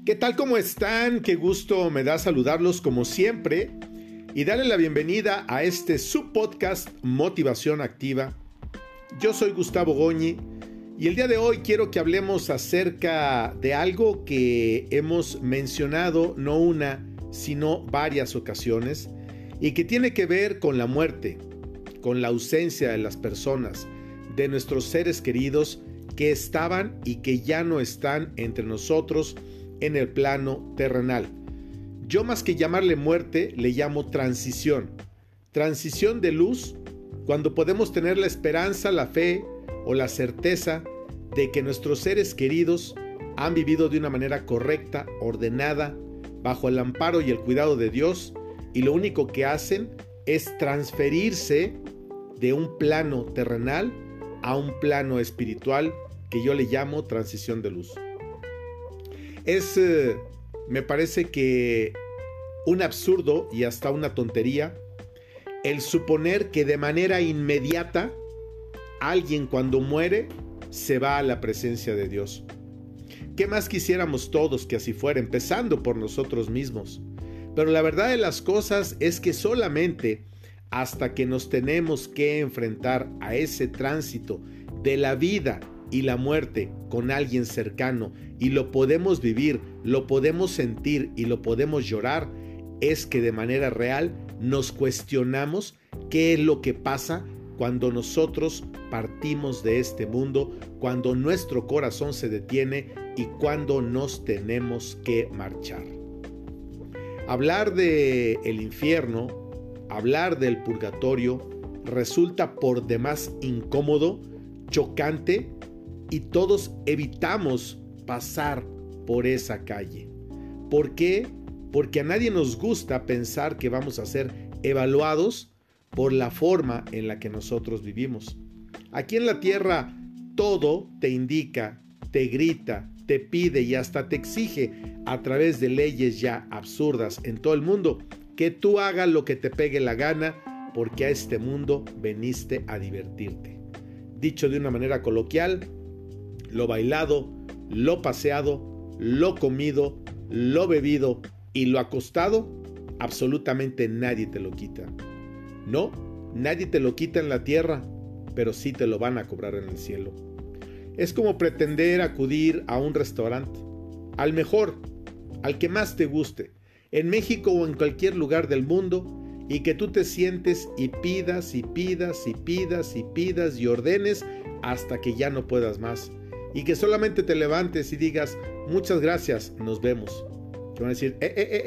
¿Qué tal? ¿Cómo están? Qué gusto me da saludarlos como siempre y darle la bienvenida a este subpodcast Motivación Activa. Yo soy Gustavo Goñi y el día de hoy quiero que hablemos acerca de algo que hemos mencionado no una, sino varias ocasiones y que tiene que ver con la muerte, con la ausencia de las personas, de nuestros seres queridos que estaban y que ya no están entre nosotros en el plano terrenal. Yo, más que llamarle muerte, le llamo transición. Transición de luz, cuando podemos tener la esperanza, la fe o la certeza de que nuestros seres queridos han vivido de una manera correcta, ordenada, bajo el amparo y el cuidado de Dios, y lo único que hacen es transferirse de un plano terrenal a un plano espiritual que yo le llamo transición de luz. Me parece que un absurdo y hasta una tontería el suponer que de manera inmediata alguien cuando muere se va a la presencia de Dios. ¿Qué más quisiéramos todos que así fuera, empezando por nosotros mismos? Pero la verdad de las cosas es que solamente hasta que nos tenemos que enfrentar a ese tránsito de la vida y la muerte con alguien cercano y lo podemos vivir, lo podemos sentir y lo podemos llorar, es que de manera real nos cuestionamos qué es lo que pasa cuando nosotros partimos de este mundo, cuando nuestro corazón se detiene y cuando nos tenemos que marchar. Hablar del infierno, hablar del purgatorio, resulta por demás incómodo, chocante, y todos evitamos pasar por esa calle. ¿Por qué? Porque a nadie nos gusta pensar que vamos a ser evaluados por la forma en la que nosotros vivimos. Aquí en la tierra todo te indica, te grita, te pide y hasta te exige a través de leyes ya absurdas en todo el mundo que tú hagas lo que te pegue la gana, porque a este mundo veniste a divertirte. Dicho de una manera coloquial, lo bailado, lo paseado, lo comido, lo bebido y lo acostado, absolutamente nadie te lo quita. No, nadie te lo quita en la tierra, pero sí te lo van a cobrar en el cielo. Es como pretender acudir a un restaurante, al mejor, al que más te guste, en México o en cualquier lugar del mundo, y que tú te sientes y pidas y pidas y pidas y pidas y ordenes hasta que ya no puedas más. Y que solamente te levantes y digas, muchas gracias, nos vemos. Te van a decir,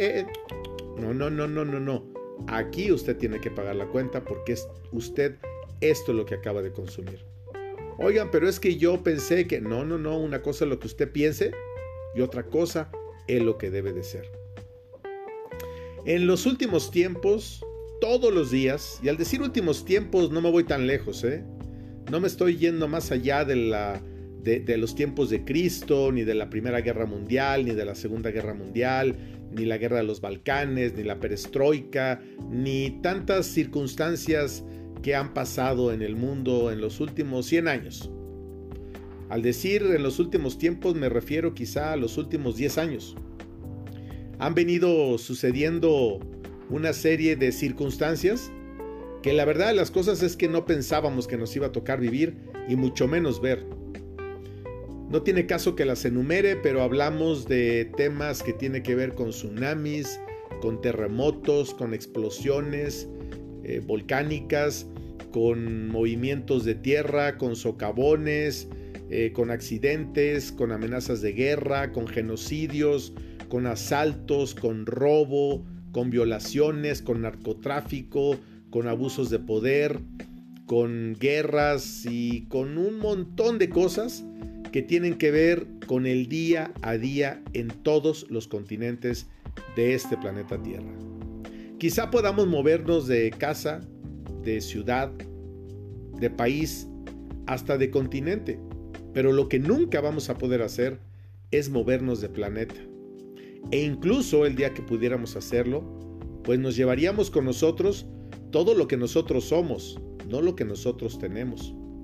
no. Aquí usted tiene que pagar la cuenta porque es usted esto lo que acaba de consumir. Oigan, pero es que yo pensé que no, una cosa es lo que usted piense y otra cosa es lo que debe de ser. En los últimos tiempos, todos los días, y al decir últimos tiempos no me voy tan lejos, no me estoy yendo más allá de los tiempos de Cristo, ni de la Primera Guerra Mundial, ni de la Segunda Guerra Mundial, ni la Guerra de los Balcanes, ni la perestroika, ni tantas circunstancias que han pasado en el mundo en los últimos 100 años. Al decir en los últimos tiempos me refiero quizá a los últimos 10 años. Han venido sucediendo una serie de circunstancias que la verdad de las cosas es que no pensábamos que nos iba a tocar vivir y mucho menos ver. No tiene caso que las enumere, pero hablamos de temas que tienen que ver con tsunamis, con terremotos, con explosiones volcánicas, con movimientos de tierra, con socavones, con accidentes, con amenazas de guerra, con genocidios, con asaltos, con robo, con violaciones, con narcotráfico, con abusos de poder, con guerras y con un montón de cosas que tienen que ver con el día a día en todos los continentes de este planeta Tierra. Quizá podamos movernos de casa, de ciudad, de país, hasta de continente, pero lo que nunca vamos a poder hacer es movernos de planeta. E incluso el día que pudiéramos hacerlo, pues nos llevaríamos con nosotros todo lo que nosotros somos, no lo que nosotros tenemos.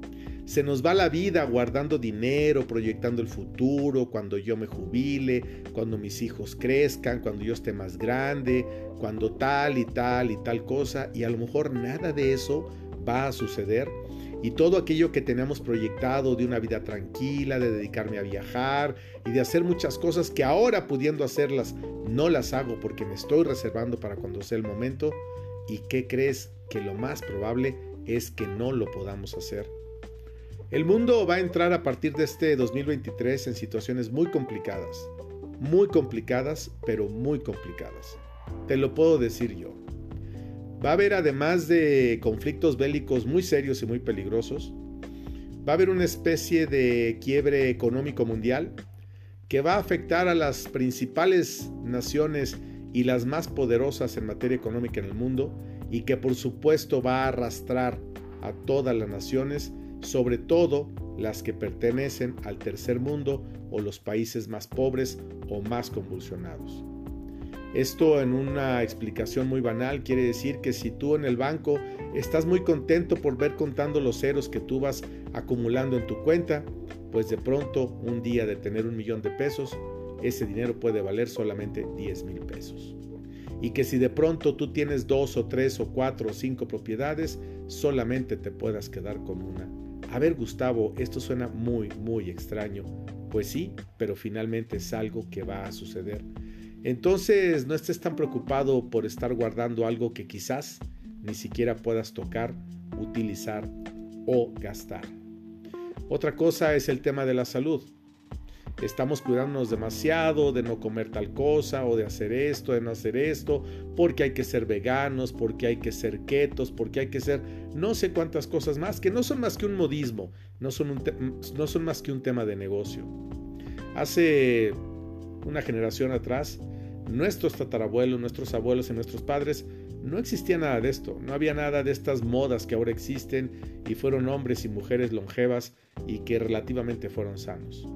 Se nos va la vida guardando dinero, proyectando el futuro, cuando yo me jubile, cuando mis hijos crezcan, cuando yo esté más grande, cuando tal y tal y tal cosa, y a lo mejor nada de eso va a suceder. Y todo aquello que teníamos proyectado de una vida tranquila, de dedicarme a viajar y de hacer muchas cosas que ahora pudiendo hacerlas no las hago porque me estoy reservando para cuando sea el momento. ¿Y qué crees? Que lo más probable es que no lo podamos hacer. El mundo va a entrar a partir de este 2023 en situaciones muy complicadas, pero muy complicadas. Te lo puedo decir yo. Va a haber, además de conflictos bélicos muy serios y muy peligrosos, va a haber una especie de quiebre económico mundial que va a afectar a las principales naciones y las más poderosas en materia económica en el mundo, y que por supuesto va a arrastrar a todas las naciones, sobre todo las que pertenecen al tercer mundo o los países más pobres o más convulsionados. Esto, en una explicación muy banal, quiere decir que si tú en el banco estás muy contento por ver contando los ceros que tú vas acumulando en tu cuenta, pues de pronto un día de tener $1,000,000, ese dinero puede valer solamente $10,000. Y que si de pronto tú tienes 2 o 3 o 4 o 5 propiedades, solamente te puedas quedar con una. A ver, Gustavo, esto suena muy, muy extraño. Pues sí, pero finalmente es algo que va a suceder. Entonces no estés tan preocupado por estar guardando algo que quizás ni siquiera puedas tocar, utilizar o gastar. Otra cosa es el tema de la salud. Estamos cuidándonos demasiado de no comer tal cosa o de hacer esto, de no hacer esto, porque hay que ser veganos, porque hay que ser ketos, porque hay que ser no sé cuántas cosas más, que no son más que un modismo, no son más que un tema de negocio. Hace una generación atrás, nuestros tatarabuelos, nuestros abuelos y nuestros padres, no existía nada de esto, no había nada de estas modas que ahora existen, y fueron hombres y mujeres longevas y que relativamente fueron sanos.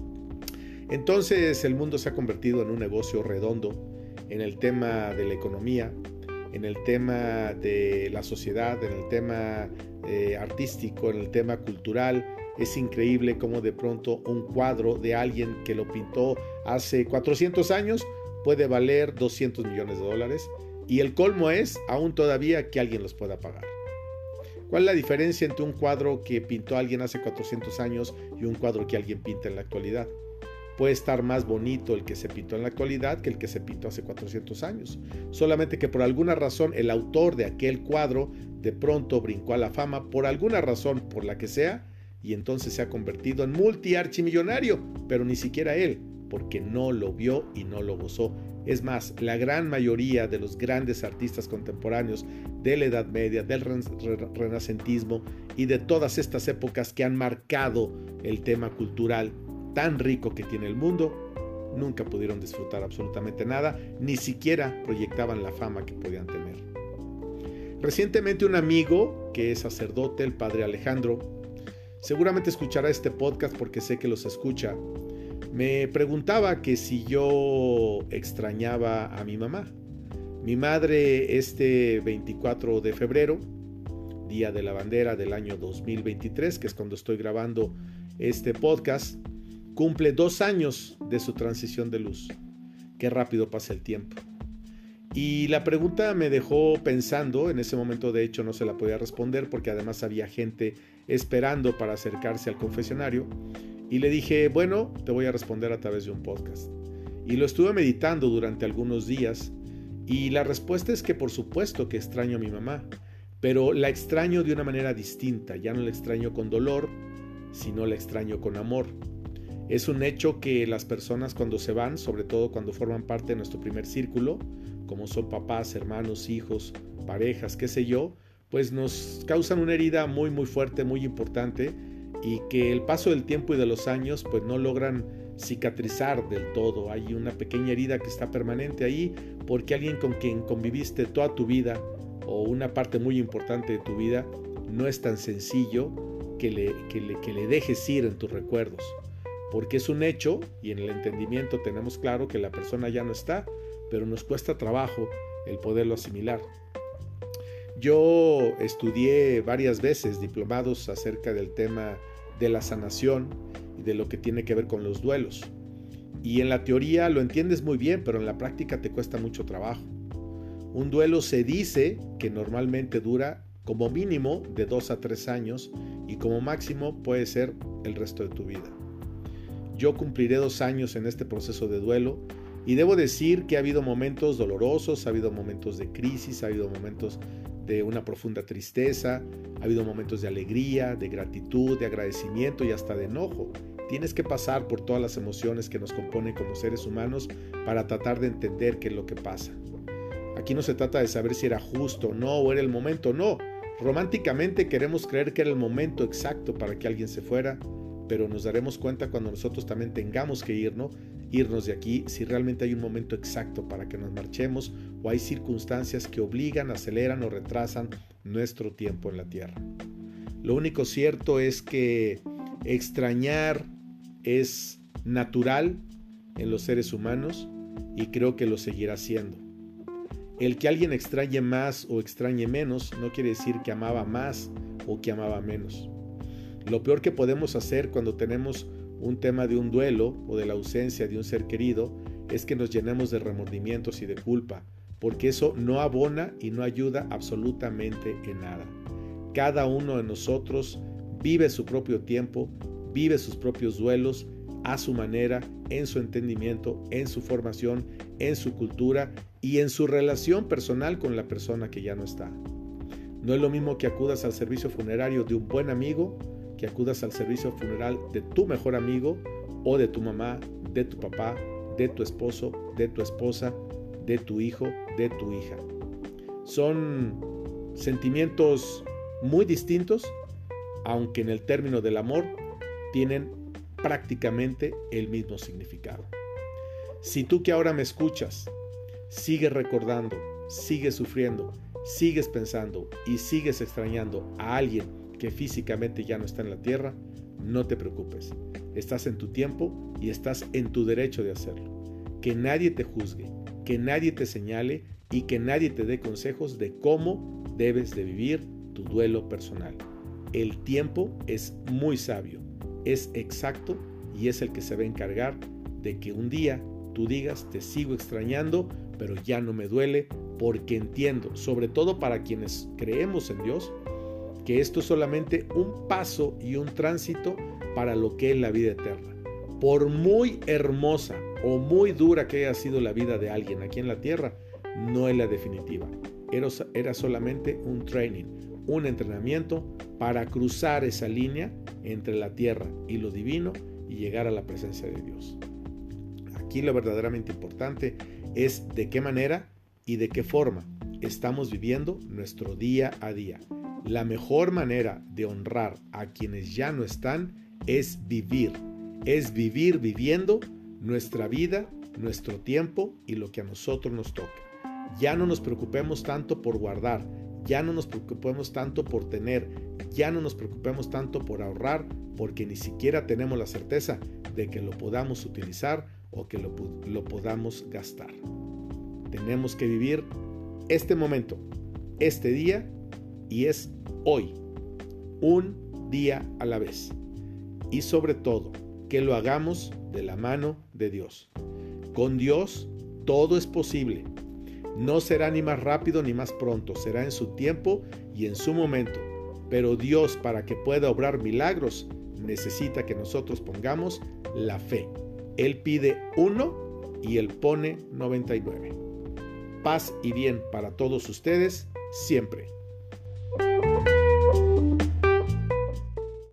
Entonces el mundo se ha convertido en un negocio redondo en el tema de la economía, en el tema de la sociedad, en el tema artístico, en el tema cultural. Es increíble cómo de pronto un cuadro de alguien que lo pintó hace 400 años puede valer $200 millones, y el colmo es aún todavía que alguien los pueda pagar. ¿Cuál es la diferencia entre un cuadro que pintó alguien hace 400 años y un cuadro que alguien pinta en la actualidad? Puede estar más bonito el que se pintó en la actualidad que el que se pintó hace 400 años. Solamente que por alguna razón el autor de aquel cuadro de pronto brincó a la fama, por alguna razón, por la que sea, y entonces se ha convertido en multiarchimillonario, pero ni siquiera él, porque no lo vio y no lo gozó. Es más, la gran mayoría de los grandes artistas contemporáneos de la Edad Media, del Renacentismo y de todas estas épocas que han marcado el tema cultural tan rico que tiene el mundo, nunca pudieron disfrutar absolutamente nada, ni siquiera proyectaban la fama que podían tener. Recientemente un amigo que es sacerdote, el padre Alejandro, seguramente escuchará este podcast porque sé que los escucha, me preguntaba que si yo extrañaba a mi mamá. Mi madre este 24 de febrero, Día de la Bandera del año 2023, que es cuando estoy grabando este podcast, cumple 2 años de su transición de luz. Qué rápido pasa el tiempo. Y la pregunta me dejó pensando. En ese momento de hecho no se la podía responder porque además había gente esperando para acercarse al confesionario. Y le dije, bueno, te voy a responder a través de un podcast. Y lo estuve meditando durante algunos días. Y la respuesta es que por supuesto que extraño a mi mamá. Pero la extraño de una manera distinta. Ya no la extraño con dolor, sino la extraño con amor. Es un hecho que las personas cuando se van, sobre todo cuando forman parte de nuestro primer círculo, como son papás, hermanos, hijos, parejas, qué sé yo, pues nos causan una herida muy muy fuerte, muy importante, y que el paso del tiempo y de los años pues no logran cicatrizar del todo. Hay una pequeña herida que está permanente ahí porque alguien con quien conviviste toda tu vida o una parte muy importante de tu vida no es tan sencillo que le dejes ir en tus recuerdos. Porque es un hecho, y en el entendimiento tenemos claro que la persona ya no está, pero nos cuesta trabajo el poderlo asimilar. Yo estudié varias veces diplomados acerca del tema de la sanación y de lo que tiene que ver con los duelos. Y en la teoría lo entiendes muy bien, pero en la práctica te cuesta mucho trabajo. Un duelo se dice que normalmente dura como mínimo de 2 a 3 años y como máximo puede ser el resto de tu vida. Yo cumpliré 2 años en este proceso de duelo y debo decir que ha habido momentos dolorosos, ha habido momentos de crisis, ha habido momentos de una profunda tristeza, ha habido momentos de alegría, de gratitud, de agradecimiento y hasta de enojo. Tienes que pasar por todas las emociones que nos componen como seres humanos para tratar de entender qué es lo que pasa. Aquí no se trata de saber si era justo o no, o era el momento, no. Románticamente queremos creer que era el momento exacto para que alguien se fuera, pero nos daremos cuenta cuando nosotros también tengamos que irnos de aquí, si realmente hay un momento exacto para que nos marchemos o hay circunstancias que obligan, aceleran o retrasan nuestro tiempo en la tierra. Lo único cierto es que extrañar es natural en los seres humanos y creo que lo seguirá siendo. El que alguien extrañe más o extrañe menos no quiere decir que amaba más o que amaba menos. Lo peor que podemos hacer cuando tenemos un tema de un duelo o de la ausencia de un ser querido es que nos llenemos de remordimientos y de culpa, porque eso no abona y no ayuda absolutamente en nada. Cada uno de nosotros vive su propio tiempo, vive sus propios duelos a su manera, en su entendimiento, en su formación, en su cultura y en su relación personal con la persona que ya no está. No es lo mismo que acudas al servicio funerario de un buen amigo, que acudas al servicio funeral de tu mejor amigo o de tu mamá, de tu papá, de tu esposo, de tu esposa, de tu hijo, de tu hija. Son sentimientos muy distintos, aunque en el término del amor tienen prácticamente el mismo significado. Si tú que ahora me escuchas sigues recordando, sigues sufriendo, sigues pensando y sigues extrañando a alguien que físicamente ya no está en la tierra, no te preocupes. Estás en tu tiempo y estás en tu derecho de hacerlo. Que nadie te juzgue, que nadie te señale y que nadie te dé consejos de cómo debes de vivir tu duelo personal. El tiempo es muy sabio, es exacto y es el que se va a encargar de que un día tú digas: te sigo extrañando, pero ya no me duele, porque entiendo, sobre todo para quienes creemos en Dios, que esto es solamente un paso y un tránsito para lo que es la vida eterna. Por muy hermosa o muy dura que haya sido la vida de alguien aquí en la tierra, no es la definitiva. Era solamente un training, un entrenamiento para cruzar esa línea entre la tierra y lo divino y llegar a la presencia de Dios. Aquí lo verdaderamente importante es de qué manera y de qué forma estamos viviendo nuestro día a día. La mejor manera de honrar a quienes ya no están es vivir viviendo nuestra vida, nuestro tiempo y lo que a nosotros nos toca. Ya no nos preocupemos tanto por guardar, ya no nos preocupemos tanto por tener, ya no nos preocupemos tanto por ahorrar, porque ni siquiera tenemos la certeza de que lo podamos utilizar o que lo podamos gastar. Tenemos que vivir este momento, este día, y es hoy, un día a la vez. Y sobre todo, que lo hagamos de la mano de Dios. Con Dios todo es posible. No será ni más rápido ni más pronto, será en su tiempo y en su momento. Pero Dios, para que pueda obrar milagros, necesita que nosotros pongamos la fe. Él pide 1 y Él pone 99. Paz y bien para todos ustedes siempre.